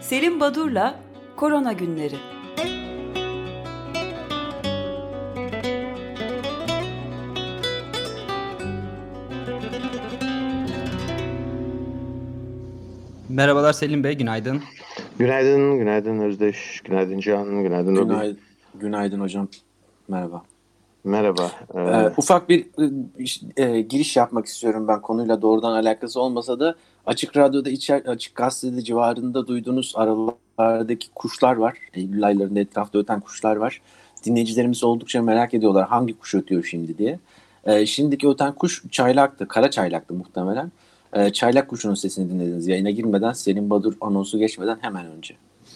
Selim Badur'la Korona Günleri. Merhabalar Selim Bey, günaydın. Günaydın Özdeş, günaydın Can, günaydın Robi. Günaydın hocam, merhaba. Merhaba. Ufak bir giriş yapmak istiyorum ben, konuyla doğrudan alakası olmasa da. Açık Radyo'da, Açık Gazete'de civarında duyduğunuz aralardaki kuşlar var. Eylül aylarında etrafta öten kuşlar var. Dinleyicilerimiz oldukça merak ediyorlar hangi kuş ötüyor şimdi diye. Şimdiki öten kuş çaylaktı, kara çaylaktı muhtemelen. Çaylak kuşunun sesini dinlediniz yayına girmeden, Selim Badur anonsu geçmeden hemen önce.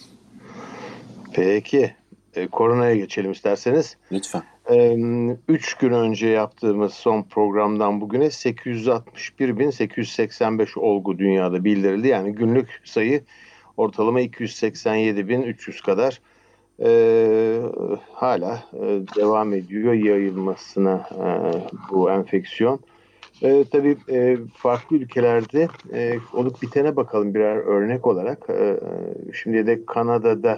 Peki, koronaya geçelim isterseniz. Lütfen. 3 gün önce yaptığımız son programdan bugüne 861.885 olgu dünyada bildirildi. Yani günlük sayı ortalama 287.300 kadar. Hala devam ediyor yayılmasına bu enfeksiyon. Tabii farklı ülkelerde olup bitene bakalım birer örnek olarak. Şimdi de Kanada'da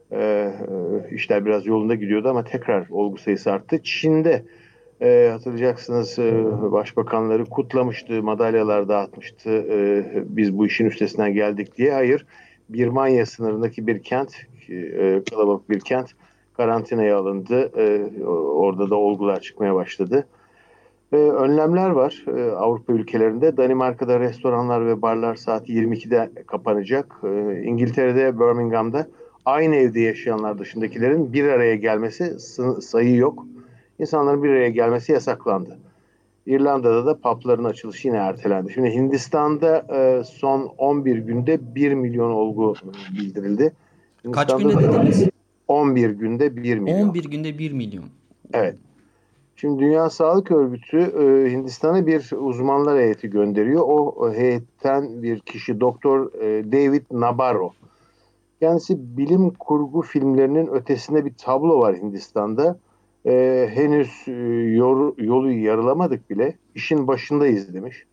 işler biraz yolunda gidiyordu ama tekrar olgu sayısı arttı. Çin'de hatırlayacaksınız başbakanları kutlamıştı, madalyalar dağıtmıştı. Biz bu işin üstesinden geldik diye. Hayır, Birmanya sınırındaki bir kent, kalabalık bir kent karantinaya alındı. Orada da olgular çıkmaya başladı. Önlemler var Avrupa ülkelerinde. Danimarka'da restoranlar ve barlar saat 22'de kapanacak. İngiltere'de, Birmingham'da aynı evde yaşayanlar dışındakilerin bir araya gelmesi sayı yok. İnsanların bir araya gelmesi yasaklandı. İrlanda'da da pubların açılışı yine ertelendi. Şimdi Hindistan'da son 11 günde 1 milyon olgu bildirildi. Kaç günde dediniz? 11 günde 1 milyon. 11 günde 1 milyon. Evet. Şimdi Dünya Sağlık Örgütü Hindistan'a bir uzmanlar heyeti gönderiyor. O heyetten bir kişi Doktor David Nabarro. Kendisi bilim kurgu filmlerinin ötesinde bir tablo var Hindistan'da. Henüz yolu yarılamadık bile. İşin başındayız demiş.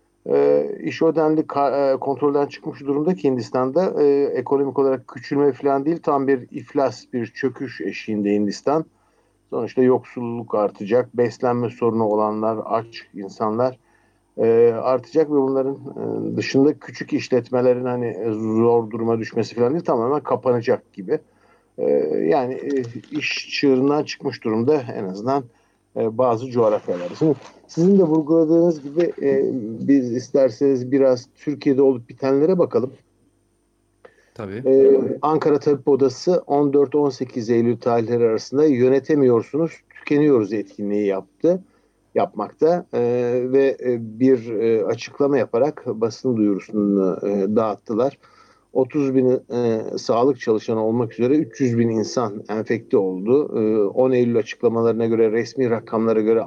İş o denli kontrolden çıkmış durumda ki Hindistan'da ekonomik olarak küçülme falan değil, tam bir iflas, bir çöküş eşiğinde Hindistan. Sonuçta yoksulluk artacak, beslenme sorunu olanlar, aç insanlar artacak ve bunların dışında küçük işletmelerin hani zor duruma düşmesi falan değil, tamamen kapanacak gibi. Yani iş çığırından çıkmış durumda en azından bazı coğrafyalarda. Şimdi sizin de vurguladığınız gibi biz isterseniz biraz Türkiye'de olup bitenlere bakalım. Tabii. Ankara Tabip Odası 14-18 Eylül tarihleri arasında yönetemiyorsunuz, tükeniyoruz etkinliği yapmakta ve bir açıklama yaparak basın duyurusunu dağıttılar. 30 bin sağlık çalışanı olmak üzere 300 bin insan enfekte oldu. 10 Eylül açıklamalarına göre, resmi rakamlara göre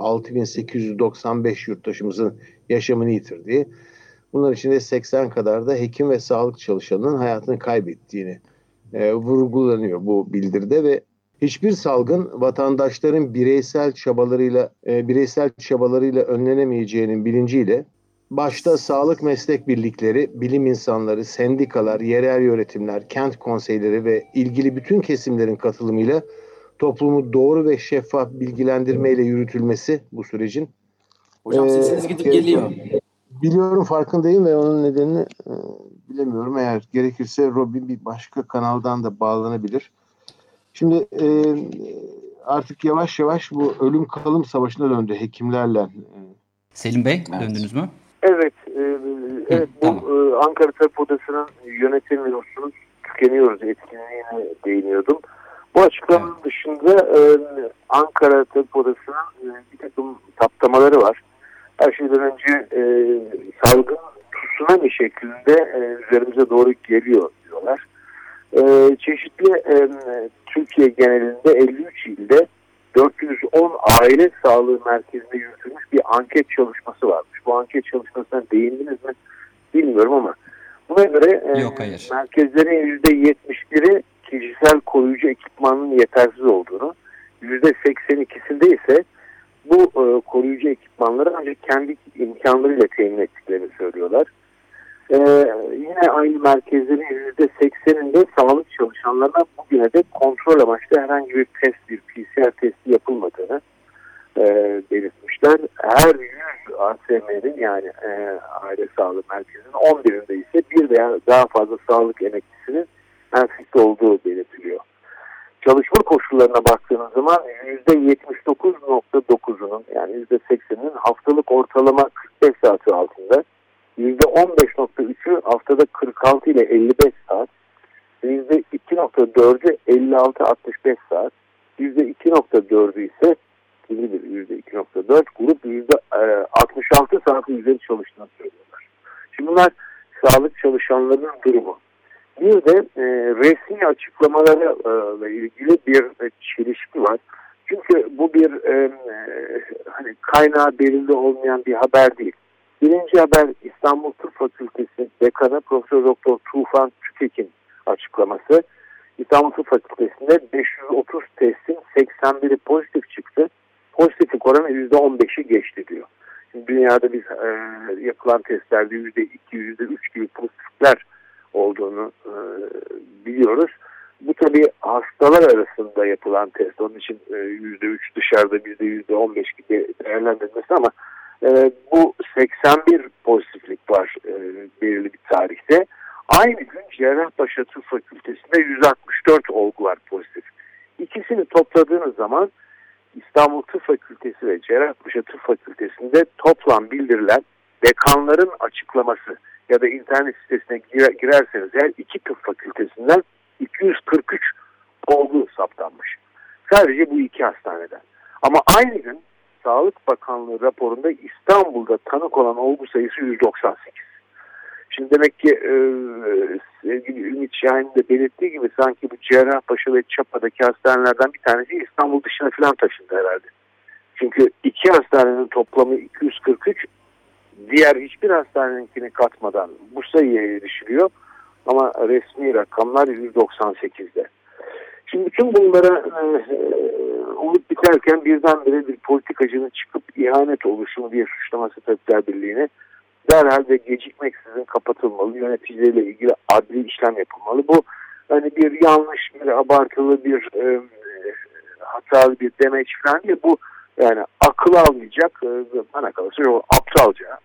6.895 yurttaşımızın yaşamını yitirdiği, bunlar içinde 80 kadar da hekim ve sağlık çalışanının hayatını kaybettiğini vurgulanıyor bu bildiride ve hiçbir salgın vatandaşların bireysel çabalarıyla önlenemeyeceğinin bilinciyle başta sağlık meslek birlikleri, bilim insanları, sendikalar, yerel yönetimler, kent konseyleri ve ilgili bütün kesimlerin katılımıyla toplumu doğru ve şeffaf bilgilendirmeyle yürütülmesi bu sürecin. Hocam sesiniz gidip geliyor. Biliyorum, farkındayım ve onun nedenini bilemiyorum. Eğer gerekirse Robin bir başka kanaldan da bağlanabilir. Şimdi artık yavaş yavaş bu ölüm kalım savaşına döndü hekimlerle. Selim Bey, döndünüz mü? Evet, bu tamam. Ankara Tabip Odası'nın yönetemiyorsunuz, tükeniyoruz etkinliğine değiniyordum. Bu açıklamanın dışında Ankara Tabip Odası'nın bir takım saptamaları var. Her şeyden önce salgın tsunami şeklinde üzerimize doğru geliyor diyorlar. Çeşitli Türkiye genelinde 53 ilde 410 aile sağlığı merkezinde yürütülmüş bir anket çalışması varmış. Bu anket çalışmasına değindiniz mi bilmiyorum ama buna göre merkezlerin %71'i kişisel koruyucu ekipmanın yetersiz olduğunu, %82'sinde ise bu koruyucu ekipmanları ancak kendi imkanlarıyla temin ettiklerini söylüyorlar. Yine aynı merkezlerin %80'inde sağlık çalışanlarına bugüne de kontrol amaçlı herhangi bir test, bir PCR testi yapılmadığını belirtmişler. Her 100 ASM'nin yani aile sağlığı merkezinin 11'inde ise bir veya daha fazla sağlık emeklisinin enfekte olduğu belirtiliyor. Çalışma koşullarına baktığınız zaman %79.9'unun yani %80'inin haftalık ortalama 45 saati altında, %15.3'ü haftada 46 ile 55 saat, %2.4'ü 56-65 saat, %2.4'ü ise %2.4 grup %66 saat üzeri çalıştığını söylüyorlar. Şimdi bunlar sağlık çalışanlarının durumu. Bir de resmi açıklamalarla ilgili bir çelişki var. Çünkü bu bir hani kaynağı belirli olmayan bir haber değil. Birinci haber İstanbul Tıp Fakültesi Dekanı Profesör Doktor Tufan Tütekin açıklaması. İstanbul Tıp Fakültesi'nde 530 testin 81'i pozitif çıktı. Pozitiflik oranı %15'i geçti diyor. Şimdi dünyada biz yapılan testlerde %2, %3 gibi pozitifler olduğunu biliyoruz. Bu tabii hastalar arasında yapılan test. Onun için %3 dışarıda %15 gibi değerlendirilmesi ama bu 81 pozitiflik var belirli bir tarihte. Aynı gün Cerrahpaşa Tıp Fakültesi'nde 164 olgu var pozitif. İkisini topladığınız zaman İstanbul Tıp Fakültesi ve Cerrahpaşa Tıp Fakültesi'nde toplam bildirilen dekanların açıklaması ya da internet sitesine girerseniz eğer iki tıp fakültesinden 243 olgu saptanmış. Sadece bu iki hastaneden. Ama aynı gün Sağlık Bakanlığı raporunda İstanbul'da tanık olan olgu sayısı 198. Şimdi demek ki sevgili Ümit Şahin'in de belirttiği gibi sanki bu Cerrahpaşa ve Çapa'daki hastanelerden bir tanesi İstanbul dışına falan taşındı herhalde. Çünkü iki hastanenin toplamı 243, diğer hiçbir hastaneninkini katmadan bu sayıya erişiliyor ama resmi rakamlar 198'de. Şimdi bütün bunlara olup biterken birdenbire bir politikacının çıkıp ihanet oluşumu diye suçlaması Tabipler Birliği'ne derhal ve gecikmeksizin kapatılmalı, yöneticileriyle ilgili adli işlem yapılmalı. Bu hani bir yanlış, bir abartılı, bir hatalı bir demeç falan değil. Bu yani akıl almayacak, bana kalırsa o aptalca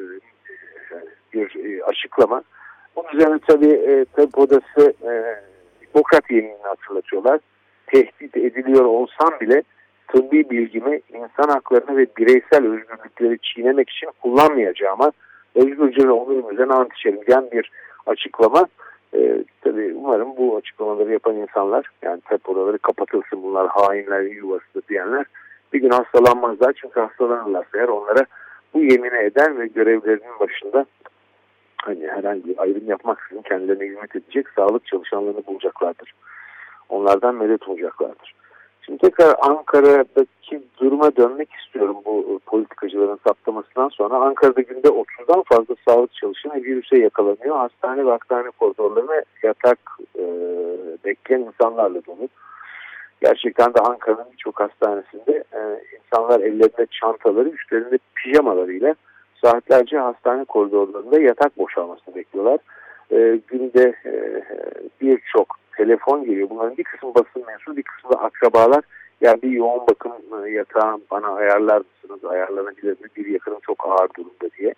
bir açıklama. Bunun üzerine tabii tıp odası Hipokrat yeminini hatırlatıyorlar. Tehdit ediliyor olsam bile tıbbi bilgimi insan haklarını ve bireysel özgürlükleri çiğnemek için kullanmayacağıma özgürce ve onurun üzerine ant içerim diyen bir açıklama. Tabii umarım bu açıklamaları yapan insanlar, yani tıp odaları kapatılsın, bunlar hainlerin yuvasıdır diyenler bir gün hastalanmazlar. Çünkü hastalanırlarsa eğer onlara bu yemini eder ve görevlerinin başında hani herhangi bir ayrım yapmaksızın kendilerine hizmet edecek sağlık çalışanlarını bulacaklardır. Onlardan medet olacaklardır. Şimdi tekrar Ankara'daki duruma dönmek istiyorum bu politikacıların saptamasından sonra. Ankara'da günde 30'dan fazla sağlık çalışanı virüse yakalanıyor. Hastane ve hastane koridorlarına yatak bekleyen insanlarla dolu. Gerçekten de Ankara'nın birçok hastanesinde insanlar ellerinde çantaları, üstlerinde pijamalarıyla saatlerce hastane koridorlarında yatak boşalmasını bekliyorlar. Günde birçok telefon geliyor. Bunların bir kısmı basın mensubu, bir kısmı da akrabalar. Yani bir yoğun bakım yatağı bana ayarlar mısınız, ayarlanabilir mi? Bir yakınım çok ağır durumda diye.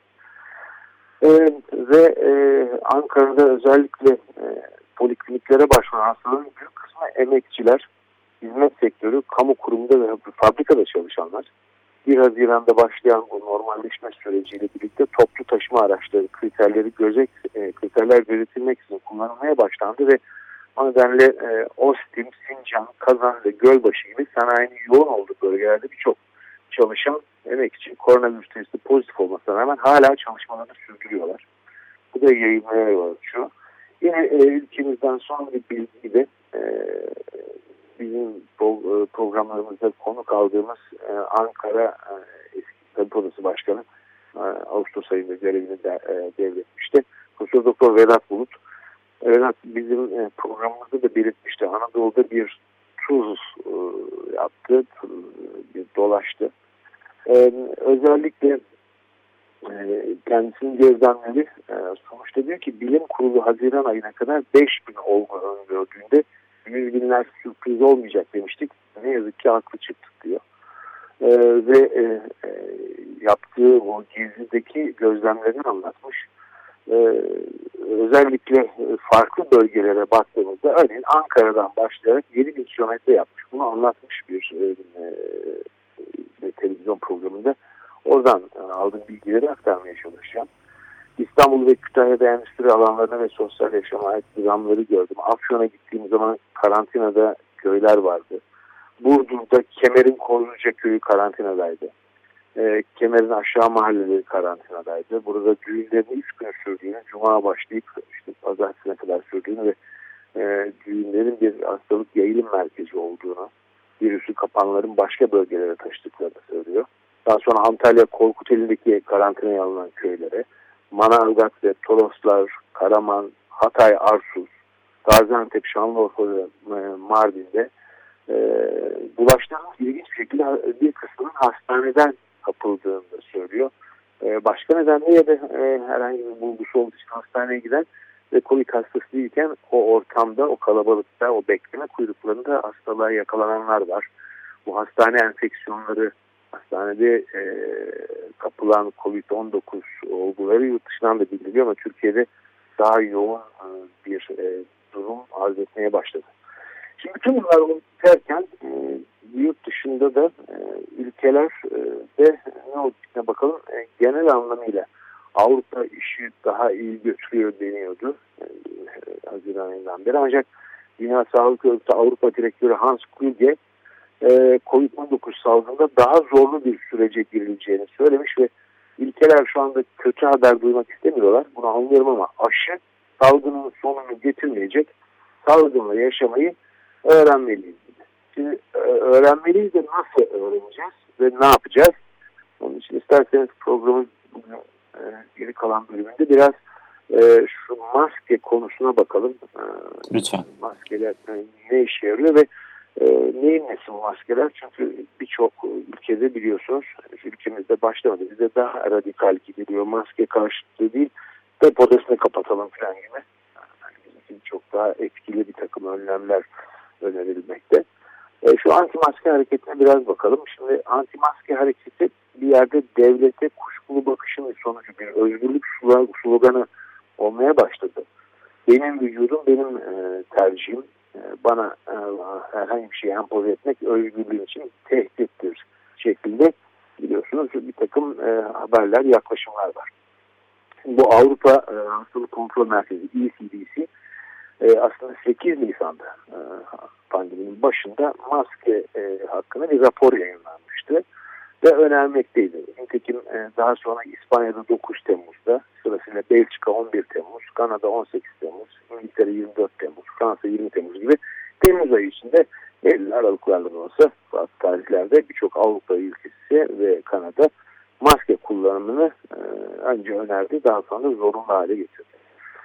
Ve Ankara'da özellikle polikliniklere başvuran hastaların büyük kısmı emekçiler, hizmet sektörü, kamu kurumunda ve fabrikada çalışanlar. 1 Haziran'da başlayan bu normalleşme süreciyle birlikte toplu taşıma araçları kriterler gözetilmek için kullanılmaya başlandı ve o nedenle Ostim, Sincan, Kazan ve Gölbaşı gibi sanayinin yoğun olduğu bölgelerde birçok çalışan emekçi koronavirüs testi pozitif olmasına rağmen hala çalışmalarını sürdürüyorlar. Bu da yayılmaya yol açıyor. Yine ülkemizden son bir bilgi de bizim programlarımızda konuk aldığımız Ankara eski Tabip Odası Başkanı Ağustos ayında görevini devretmişti. Profesör Doktor Vedat Bulut. Vedat bizim programımızda da belirtmişti. Anadolu'da bir tur yaptı, bir dolaştı. Özellikle kendisinin gözlemleri sonuçta diyor ki bilim kurulu Haziran ayına kadar 5.000 olgu öngördüğünde 100 binler sürpriz olmayacak demiştik. Ne yazık ki haklı çıktık diyor. Ve yaptığı o gezideki gözlemlerini anlatmış. Özellikle farklı bölgelere baktığımızda örneğin Ankara'dan başlayarak 7.000 kilometre yapmış. Bunu anlatmış bir televizyon programında. Oradan aldığım bilgileri aktarmaya çalışacağım. İstanbul ve Kütahya'da endüstri alanlarına ve sosyal yaşama ait programları gördüm. Afyon'a gittiğim zaman karantinada köyler vardı. Burdur'da Kemer'in Kozluca köyü karantinadaydı. Kemer'in aşağı mahalleleri karantinadaydı. Burada düğünlerin 3 gün sürdüğünü, cuma başlayıp işte pazartesine kadar sürdüğünü ve düğünlerin bir hastalık yayılım merkezi olduğunu, virüsü kapanların başka bölgelere taşıdıklarını söylüyor. Daha sonra Antalya Korkuteli'ndeki karantinaya alınan köylere, Manavgat ve Toroslar, Karaman, Hatay, Arsuz, Gaziantep, Şanlıurfa ve Mardin'de bulaştığının ilginç bir şekilde bir kısmının hastaneden kapıldığını da söylüyor. Başka nedenle ya da herhangi bir bulgusu olduğu için hastaneye giden ve COVID hastası değilken o ortamda, o kalabalıkta, o bekleme kuyruklarında hastalığa yakalananlar var. Bu hastane enfeksiyonları, hastanede kapılan COVID-19 olguları yurt dışından da bildiriliyor ama Türkiye'de daha yoğun bir durum arz etmeye başladı. Şimdi bütün bunlar olup biterken yurt dışında da ülkelerde ne olduğuna bakalım. Genel anlamıyla Avrupa işi daha iyi götürüyor deniyordu Haziran ayından beri. Ancak Dünya Sağlık Örgütü Avrupa Direktörü Hans Kluge COVID-19 salgında daha zorlu bir sürece girileceğini söylemiş ve ülkeler şu anda kötü haber duymak istemiyorlar. Bunu anlıyorum ama aşı salgının sonunu getirmeyecek. Salgınla yaşamayı öğrenmeliyiz. Şimdi öğrenmeliyiz de nasıl öğreneceğiz ve ne yapacağız? Onun için isterseniz programın bugün geri kalan bölümünde biraz şu maske konusuna bakalım. Lütfen. Maskeler ne işe yarıyor ve neyin nesi bu maskeler? Çünkü birçok ülkede biliyorsunuz, ülkemizde başlamadı. Bize daha radikal gidiliyor. Maske karşıtlığı değil, depo odasını kapatalım falan gibi. Yani çok daha etkili bir takım önlemler önerilmekte. Şu anti-maske hareketine biraz bakalım. Şimdi anti-maske hareketi bir yerde devlete kuşkulu bakışın sonucu bir özgürlük sloganı olmaya başladı. Benim vücudum, benim tercihim. Bana herhangi bir şey empoze etmek özgürlüğüm için tehdittir şeklinde biliyorsunuz bir takım haberler, yaklaşımlar var. Şimdi bu Avrupa Hastalık Kontrol Merkezi ECDC aslında 8 Nisan'da pandeminin başında maske hakkında bir rapor yayınlanmıştı ve önermekteydi. Nitekim daha sonra İspanya'da 9 Temmuz'da, sırasıyla Belçika 11 Temmuz, Kanada 18 Temmuz, İngiltere 24 Temmuz, Fransa 20 Temmuz gibi Temmuz ayı içinde belli aralıklarla da olsa tarihlerde birçok Avrupa ülkesi ve Kanada maske kullanımını önce önerdi, daha sonra zorunlu hale getirdi.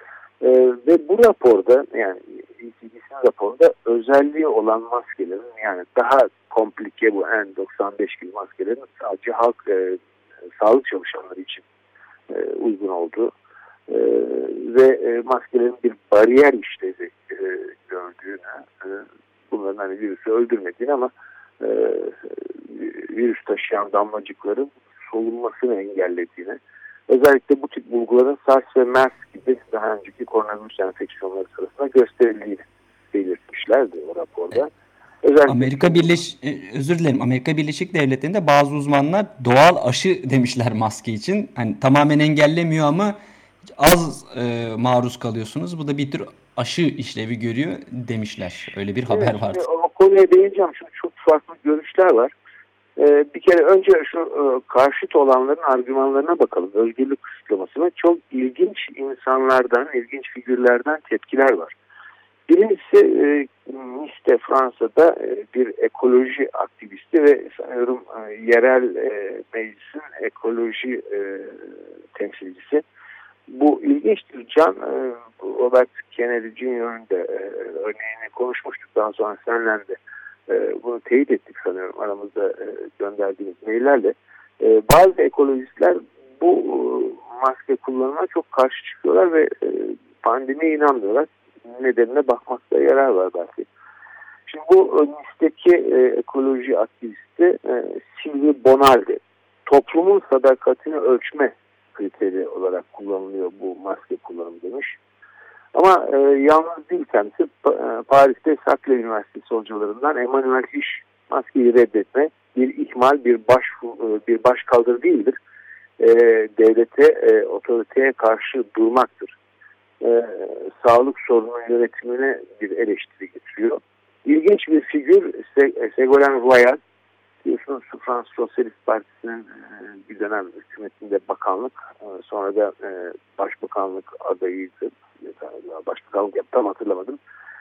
Ve bu raporda, yani ECDC'nin raporunda özelliği olan maskelerin, yani daha komplike bu N95 gibi maskelerin sadece halk sağlık çalışanları için uygun olduğu ve maskelerin bir bariyer işlevi gördüğünü, bunların hani virüsü öldürmediğini ama virüs taşıyan damlacıkların solunmasını engellediğini, özellikle bu tip bulguların SARS ve MERS gibi daha önceki koronavirüs enfeksiyonları sırasında gösterildiğini belirtmişlerdi o raporda. Özellikle Amerika Birleşik Devletleri'nde bazı uzmanlar doğal aşı demişler maske için. Hani tamamen engellemiyor ama az maruz kalıyorsunuz. Bu da bir tür aşı işlevi görüyor demişler. Öyle bir haber var. O konuya değineceğim. Çünkü çok farklı görüşler var. Bir kere önce şu karşıt olanların argümanlarına bakalım. Özgürlük kısıtlamasına çok ilginç insanlardan, ilginç figürlerden tepkiler var. Birincisi Nice'de, Fransa'da bir ekoloji aktivisti ve sanıyorum yerel meclisin ekoloji temsilcisi. Bu ilginçtir. Robert Kennedy Jr.'ın da örneğini konuşmuştuk. Daha sonra senle de bunu teyit ettik sanıyorum aramızda gönderdiğimiz maillerle. Bazı ekolojistler bu maske kullanımına çok karşı çıkıyorlar ve pandemiye inanmıyorlar. Nedenine bakmakta yarar var belki. Şimdi bu Nice'deki ekoloji aktivisti Sylvie Bonaldi, toplumun sadakatini ölçme kriteri olarak kullanılıyor bu maske kullanımı demiş. Ama yalnız değil kendisi. Paris'te Saclay Üniversitesi hocalarından Emmanuel Hiş maskeyi reddetme bir ihmal, bir başkaldırı değildir. Devlete, otoriteye karşı durmaktır. Sağlık sorunun yönetimine bir eleştiri getiriyor. İlginç bir figür Ségolène Royal, biliyorsunuz Fransız Sosyalist Partisi'nin bir dönem hükümetinde bakanlık, sonra da başbakanlık adayıydı. Başbakanlık yaptı ama hatırlamadım.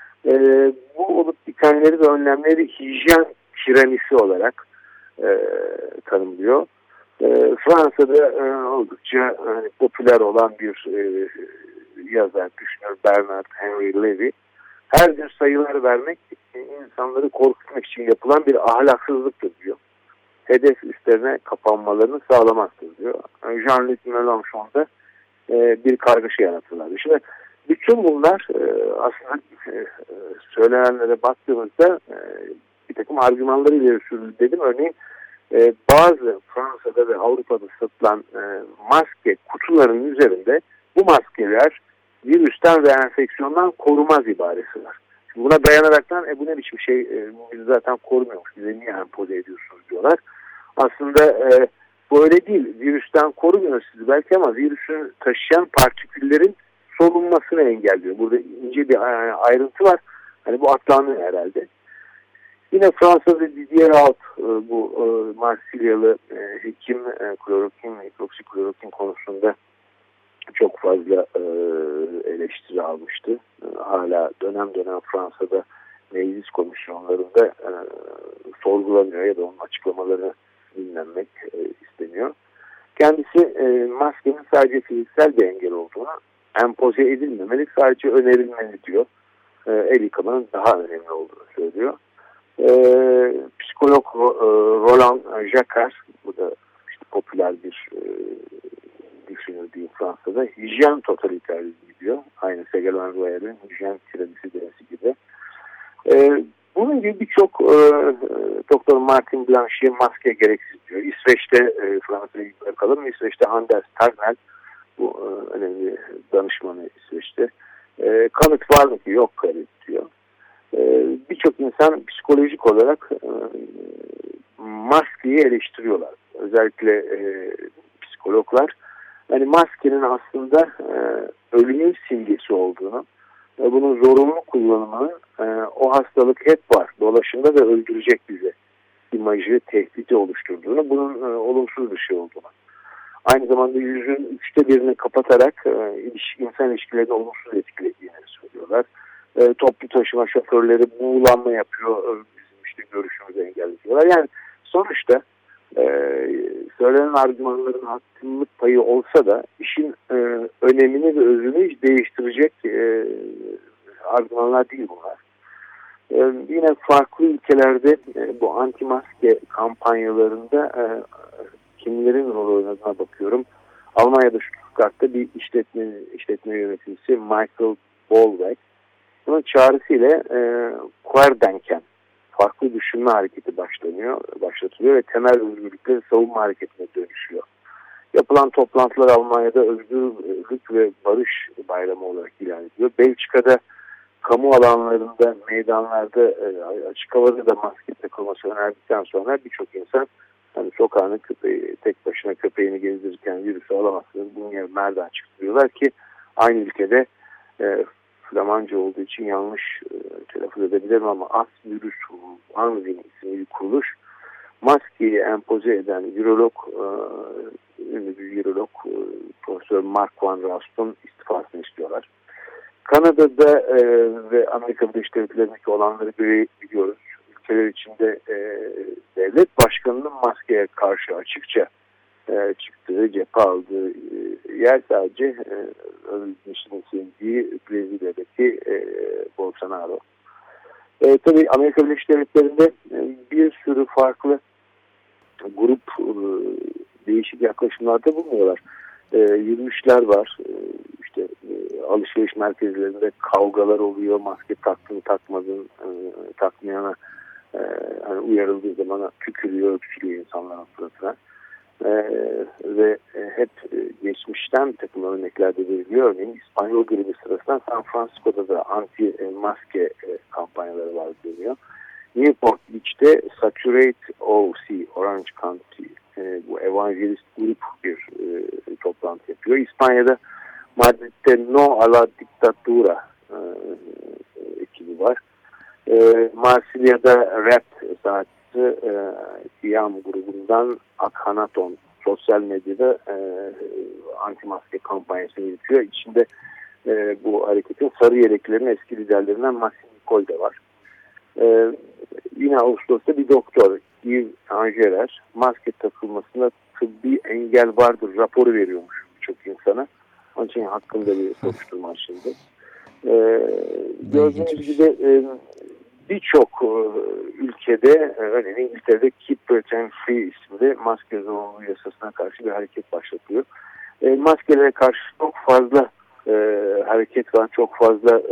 Bu olup bitenleri ve önlemleri hijyen tiranisi olarak tanımlıyor. Fransa'da oldukça popüler olan bir yazar, düşünür Bernard Henry Lévy, her gün sayılar vermek insanları korkutmak için yapılan bir ahlaksızlıktır diyor. Hedef üstlerine kapanmalarını sağlamaktır diyor. Jean-Luc Mélenchon da bir kargaşa yaratırlar. Şimdi bütün bunlar aslında söylenenlere baktığımızda bir takım argümanları ileri sürüldü dedim. Örneğin bazı Fransa'da ve Avrupa'da satılan maske kutularının üzerinde bu maskeler virüsten ve enfeksiyondan korumaz ibaresi var. Şimdi buna dayanaraktan bu ne biçim şey, bizi zaten korumuyormuş, bize niye empoze ediyorsunuz diyorlar. Aslında böyle değil, virüsten korumuyor sizi belki ama virüsü taşıyan partiküllerin solunmasını engelliyor. Burada ince bir ayrıntı var. Hani bu atlanıyor herhalde. Yine Fransa'da Didier Raoult, bu Marsilyalı hekim, klorokin, hidroksiklorokin konusunda çok fazla eleştiri almıştı. Hala dönem dönem Fransa'da meclis komisyonlarında sorgulanıyor ya da onun açıklamaları dinlenmek isteniyor. Kendisi maskenin sadece fiziksel bir engel olduğunu, empoze edilmemeli, sadece önerilmeli diyor. El yıkamanın daha önemli olduğunu söylüyor. Psikolog Roland Jacquard, bu da işte popüler bir düşünür diyeyim Fransa'da, hijyen totalitarizmi diyor. Aynı Ségolène Royal'in hijyen tiranisi demesi gibi. Bunun gibi birçok Doktor Martin Blanchet maske gereksiz diyor. İsveç'te Fransa'ya bakalım. İsveç'te Anders Tegnell, bu önemli danışmanı İsveç'te. Kanıt var mı ki? Yok kanıt diyor. Birçok insan psikolojik olarak maskeyi eleştiriyorlar. Özellikle psikologlar. Yani maskenin aslında ölümün simgesi olduğunu ve bunun zorunlu kullanımının o hastalık hep var, dolaşımda ve öldürecek bizi imajı, tehdidi oluşturduğunu, bunun olumsuz bir şey olduğunu. Aynı zamanda yüzün 1/3'ünü kapatarak insan ilişkilerini olumsuz etkilediğini söylüyorlar. Toplu taşıma şoförleri buğulanma yapıyor, bizim işte görüşümüzü engelliyorlar. Yani sonuçta söylenen argümanların haklılık payı olsa da işin önemini ve özünü hiç değiştirecek argümanlar değil bunlar. Yine farklı ülkelerde bu anti-maske kampanyalarında kimlerin rol oynadığına bakıyorum. Almanya'da Stuttgart'ta bir işletme yöneticisi Michael Bollweg, bunun çağrısıyla Querdenken, farklı düşünme hareketi başlatılıyor ve temel özgürlükleri savunma hareketine dönüşüyor. Yapılan toplantılar Almanya'da özgürlük ve barış bayramı olarak ilan ediliyor. Belçika'da kamu alanlarında, meydanlarda, açık havada da maske takılması önerdikten sonra birçok insan hani sokağını tek başına köpeğini gezdirirken virüsü alamazsınız, bunun yerine nereden çıktı diyorlar ki aynı ülkede Flamanca olduğu için yanlış telaffuz edebilirim ama Asvirus Anzin isimli bir kuruluş maskeyi empoze eden ünlü bir virolog Profesör Mark Van Rast'ın istifasını istiyorlar. Kanada'da ve Amerika Birleşik Devletleri'ndeki olanları biliyoruz. Ülkeler içinde devlet başkanının maskeye karşı açıkça çıktığı, cephe aldığı yer sadece öldürüşünün sevdiği Brezilya'daki Bolsonaro. Tabii Amerika Birleşik Devletleri'nde bir sürü farklı grup değişik yaklaşımlarda bulunuyorlar. Yürüyüşler var. İşte alışveriş merkezlerinde kavgalar oluyor. Maske taktın takmadın, takmayana hani uyarıldığı zaman tükürüyor, öpüşüyor insanların suratına. Ve hep geçmişten bir takım örneklerde veriliyor. Örneğin İspanyol gribi sırasında San Francisco'da da anti maske kampanyaları var deniyor. Newport Beach'te Saturate OC, Orange County, bu evangelist grup bir toplantı yapıyor. İspanya'da Madrid'de No a la Dictadura ekibi var. Marsilya'da rap sanatçısı Siyam grubundan Akhenaton sosyal medyada anti-maske kampanyasını yürütüyor. İçinde bu hareketin sarı yeleklerin eski liderlerinden Maxime Nicole de var. Yine Ağustos'ta bir doktor Yves Angerer maske takılmasında tıbbi engel vardır raporu veriyormuş birçok insana. Onun için hakkında bir soruşturma açıldı. Gördüğünüz gibi birçok ülkede, örneğin İngiltere'de Keep Britain Free isimli maske zorunluluğu yasasına karşı bir hareket başlatıyor. Maskelere karşı çok fazla hareket var, çok fazla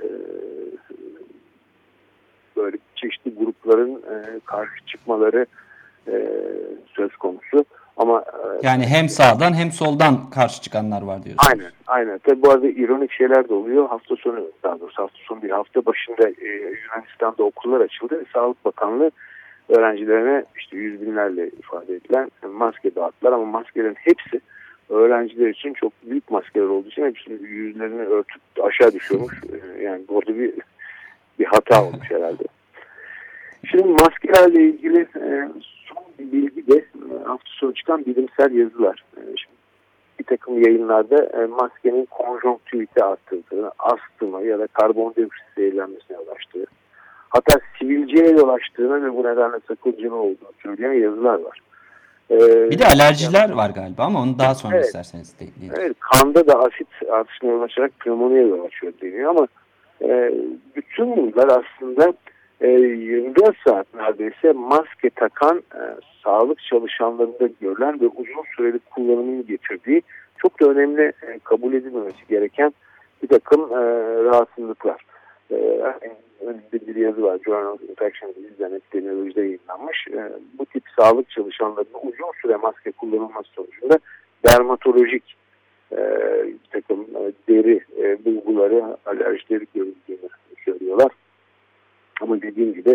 böyle çeşitli grupların karşı çıkmaları söz konusu. Ama yani hem sağdan hem soldan karşı çıkanlar var diyorsunuz. Aynen. Tabii bu arada ironik şeyler de oluyor. Hafta sonu bir hafta başında Yunanistan'da okullar açıldı. Sağlık Bakanlığı öğrencilerine işte yüz binlerle ifade edilen maske dağıttılar ama maskelerin hepsi öğrenciler için çok büyük maskeler olduğu için hepsinin yüzlerini örtüp aşağı düşüyormuş. Yani orada bir hata olmuş herhalde. Şimdi maskelerle ilgili son bir bilgi de hafta sonu çıkan bilimsel yazılar. Şimdi bir takım yayınlarda maskenin konjonktüvite arttırdığını, astıma ya da karbondioksit zehirlenmesine yol açtığı, hatta sivilceye yol açtığını ve bu nedenle sakıncalı olduğunu söyleyen yazılar var. Bir de alerjiler var galiba ama onu daha sonra isterseniz deyin. Evet, kanda da asit artışına yol açarak pneumoniye yol açıyor deniyor ama bütün bunlar aslında 24 saat neredeyse maske takan sağlık çalışanlarında görülen ve uzun süreli kullanımın getirdiği çok da önemli kabul edilmemesi gereken bir takım rahatsızlıklar. Önümde bir yazı var. Journal of Infectious Disease and Epidemiology'de yayınlanmış. Bu tip sağlık çalışanlarında uzun süre maske kullanılması sonucunda dermatolojik bir takım deri bulguları, alerjileri görüldüğünü söylüyorlar. Ama dediğim gibi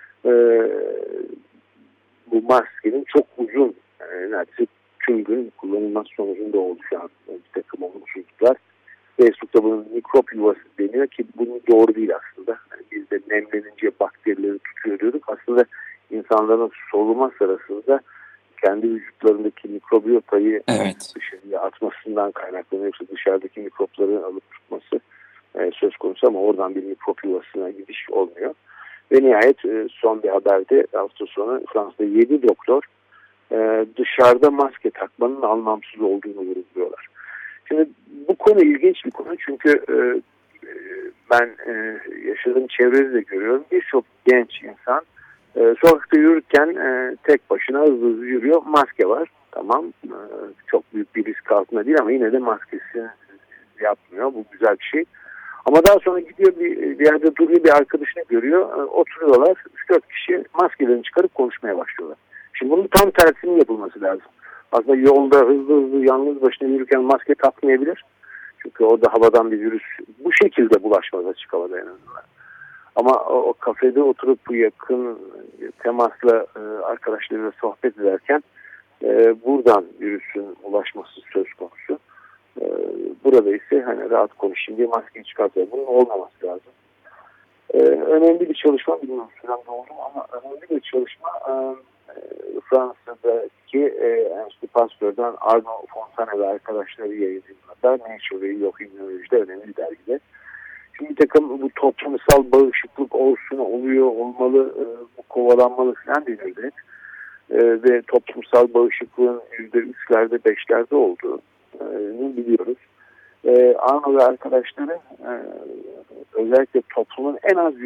bu maskenin çok uzun, neredeyse tüm gün kullanılması sonucunda oluşan bir takım olumsuzluklar. Facebook'ta bunun mikrop yuvası deniyor ki bunun doğru değil aslında. Yani biz de nemlenince bakterileri tutuyor diyorduk. Aslında insanların soluma sırasında kendi vücutlarındaki mikrobiyotayı dışarıya atmasından kaynaklanıyor. Yoksa dışarıdaki mikropları alıp tutması söz konusu ama oradan bir mikrop yuvasına gidiş olmuyor. Ve nihayet son bir haberde hafta sonu Fransa'da 7 doktor dışarıda maske takmanın anlamsız olduğunu vurguluyorlar. Şimdi bu konu ilginç bir konu çünkü ben yaşadığım çevrede de görüyorum. Birçok genç insan sokakta yürürken tek başına hızlı yürüyor. Maske var. Tamam. Çok büyük bir risk altında değil ama yine de maskesi yapmıyor. Bu güzel bir şey. Ama daha sonra gidiyor bir yerde duruyor, bir arkadaşını görüyor. Oturuyorlar. 3-4 kişi maskelerini çıkarıp konuşmaya başlıyorlar. Şimdi bunun tam tersinin yapılması lazım. Aslında yolda hızlı yalnız başına yürürken maske takmayabilir. Çünkü orada havadan bir virüs bu şekilde bulaşmaz açık havada en azından. Ama o kafede oturup bu yakın temasla arkadaşlarıyla sohbet ederken buradan virüsün ulaşması söz konusu. Burada ise hani rahat konuşayım diye maskeyi çıkartıyor. Bunun olmaması lazım. Önemli bir çalışma, bilmiyorum süremde oldu ama önemli bir çalışma Fransa'daki Enstitü Pasteur'dan Arnaud Fontane ve arkadaşları yayınladılar. Nature ve Bioimmunoloji'de önemli bir dergide. Şimdi bir takım bu toplumsal bağışıklık olsun, oluyor, olmalı, bu kovalanmalı falan denildi. Ve toplumsal bağışıklığın %3'lerde 5'lerde olduğunu biliyoruz. Arnaud ve arkadaşları özellikle toplumun en az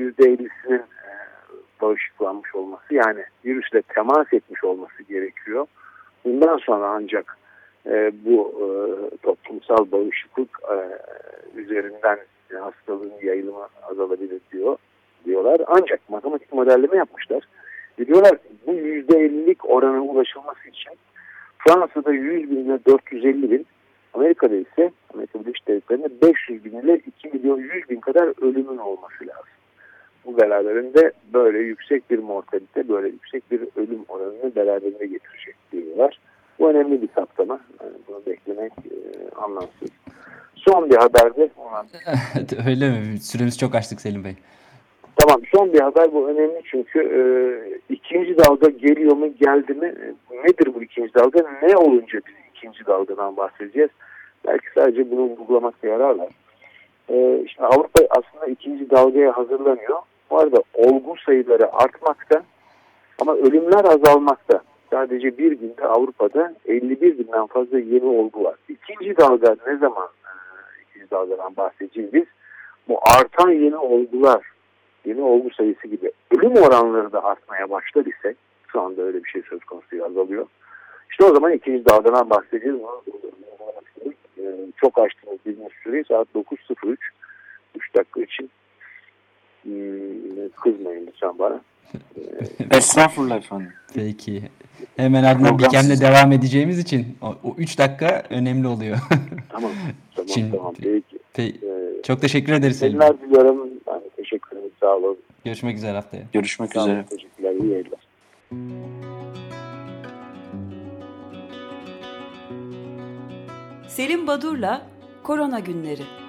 %50'sinin bağışıklanmış olması, yani virüsle temas etmiş olması gerekiyor. Bundan sonra ancak bu toplumsal bağışıklık üzerinden hastalığın yayılımı azalabilir diyorlar. Ancak matematik modelleme yapmışlar. Diyorlar ki bu %50'lik orana ulaşılması için Fransa'da 100 bin ile 450 bin, Amerika'da ise Amerika Birleşik Devletleri'nde 500 bin ile 2 milyon 100 bin kadar ölümün olması lazım. Bu beraberinde böyle yüksek bir mortalite, böyle yüksek bir ölüm oranını beraberinde getirecek diyorlar. Bu önemli bir saptama. Yani bunu beklemek anlamsız. Son bir haberde... Öyle mi? Süremiz çok açtık Selim Bey. Tamam, son bir haber, bu önemli çünkü ikinci dalga geliyor mu, geldi mi? Nedir bu ikinci dalga? Ne olunca biz ikinci dalgadan bahsedeceğiz? Belki sadece bunu vurgulamakta yarar var. İşte Avrupa aslında ikinci dalgaya hazırlanıyor. Bu arada olgu sayıları artmakta ama ölümler azalmakta. Sadece bir günde Avrupa'da 51 binden fazla yeni olgu var. İkinci dalga ne zaman ikinci dalgadan bahsedeceğiz biz? Bu artan yeni olgular, yeni olgu sayısı gibi ölüm oranları da artmaya başlar ise, şu anda öyle bir şey söz konusu, azalıyor. İşte o zaman ikinci dalgadan bahsedeceğiz. Çok açtığımız bildiğiniz süreyi saat 9.03, 3 dakika için kızmayın lütfen bana. Estağfurullah efendim. Peki. Hemen ardından Bikem'le devam edeceğimiz için o 3 dakika önemli oluyor. Tamam. Şimdi, tamam. Peki. Çok teşekkür ederiz Selim. Selamlar diliyorum. Ben de teşekkür ederim. Sağ olun. Görüşmek üzere haftaya. Görüşmek Sağ olun. üzere. Teşekkürler. İyi yayınlar. Selim Badur'la Korona Günleri.